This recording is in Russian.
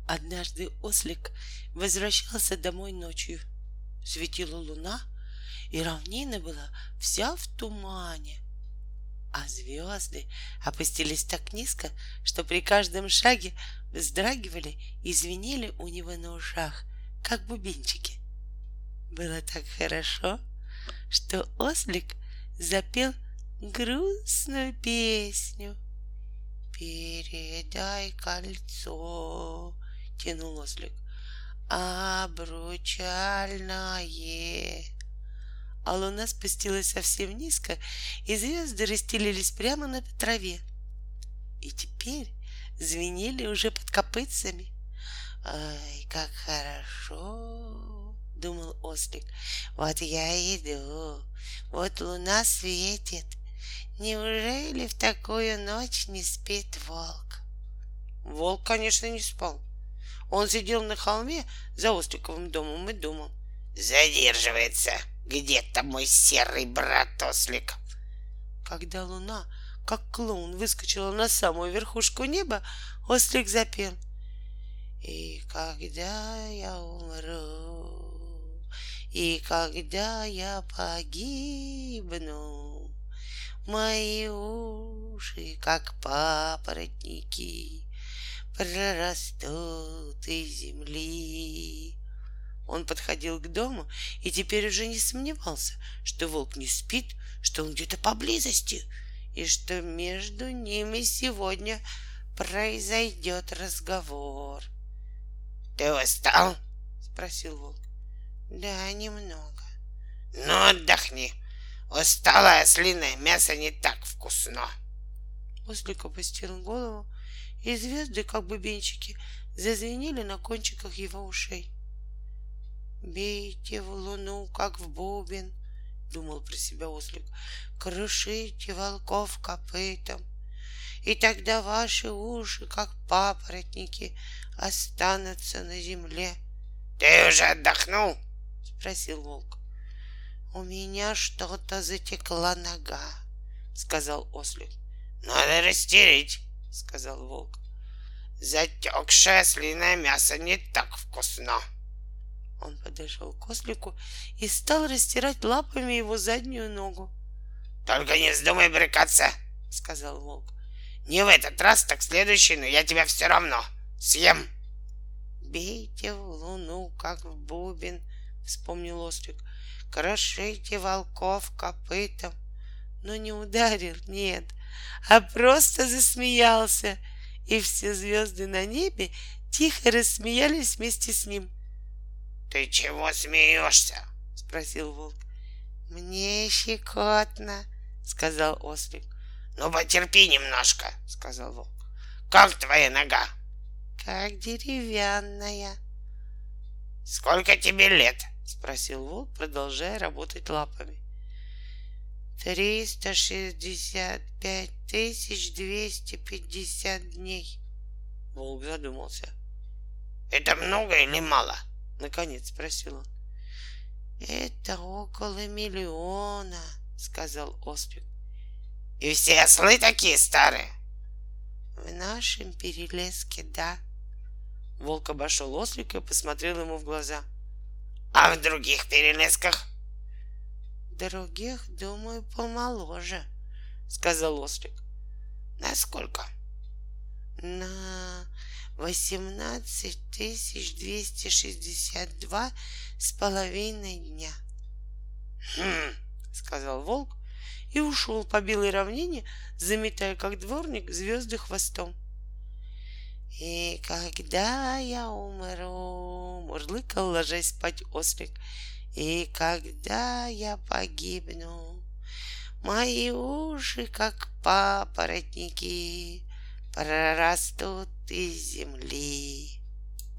Однажды ослик возвращался домой ночью. Светила луна, и равнина была вся в тумане, а звезды опустились так низко, что при каждом шаге вздрагивали и звенели у него на ушах, как бубенчики. Было так хорошо, что ослик запел грустную песню. «Передай кольцо», — тянул ослик, «обручальное». А луна спустилась совсем низко, и звезды расстелились прямо на траве. И теперь звенели уже под копытцами. «Ай, как хорошо!» — думал ослик. «Вот я иду, вот луна светит. Неужели в такую ночь не спит волк?» Волк, конечно, не спал. Он сидел на холме за осликовым домом и думал: «Задерживается где-то мой серый брат ослик». Когда луна, как клоун, выскочила на самую верхушку неба, ослик запел: «И когда я умру, и когда я погибну, мои уши, как папоротники, прорастут из земли». Он подходил к дому и теперь уже не сомневался, что волк не спит, что он где-то поблизости, и что между ними сегодня произойдет разговор. «Ты устал?» — спросил волк. «Да, немного». «Ну, отдохни. Усталое ослиное мясо не так вкусно». Ослик опустил голову, и звезды, как бубенчики, зазвенели на кончиках его ушей. «Бейте в луну, как в бубен», — думал про себя ослик, «крушите волков копытом, и тогда ваши уши, как папоротники, останутся на земле». «Ты уже отдохнул?» — спросил волк. «У меня что-то затекла нога», — сказал ослик. «Надо растереть», — сказал волк. «Затекшее ослиное мясо не так вкусно». Он подошел к ослику и стал растирать лапами его заднюю ногу. «Только не вздумай брыкаться», — сказал волк. «Не в этот раз, так в следующий, но я тебя все равно съем». «Бейте в луну, как в бубен», — вспомнил ослик. «Крошите волков копытом». Но не ударил, нет, а просто засмеялся, и все звезды на небе тихо рассмеялись вместе с ним. «Ты чего смеешься?» — спросил волк. «Мне щекотно», — сказал ослик. «Ну, потерпи немножко», — сказал волк. «Как твоя нога?» «Как деревянная». «Сколько тебе лет?» — спросил волк, продолжая работать лапами. 365 250 дней. Волк задумался. «Это много или мало?» — наконец спросил он. «Это около миллиона», — сказал ослик. «И все ослы такие старые?» «В нашем перелеске, да». Волк обошел ослика и посмотрел ему в глаза. «А в других перелесках?» «Других, думаю, помоложе», — сказал ослик. «Насколько?» «На 18262,5 дня». «Хм», — сказал волк и ушел по белой равнине, заметая, как дворник, звезды хвостом. «И когда я умру», — мурлыкал, ложась спать ослик, «и когда я погибну, мои уши, как папоротники, прорастут из земли».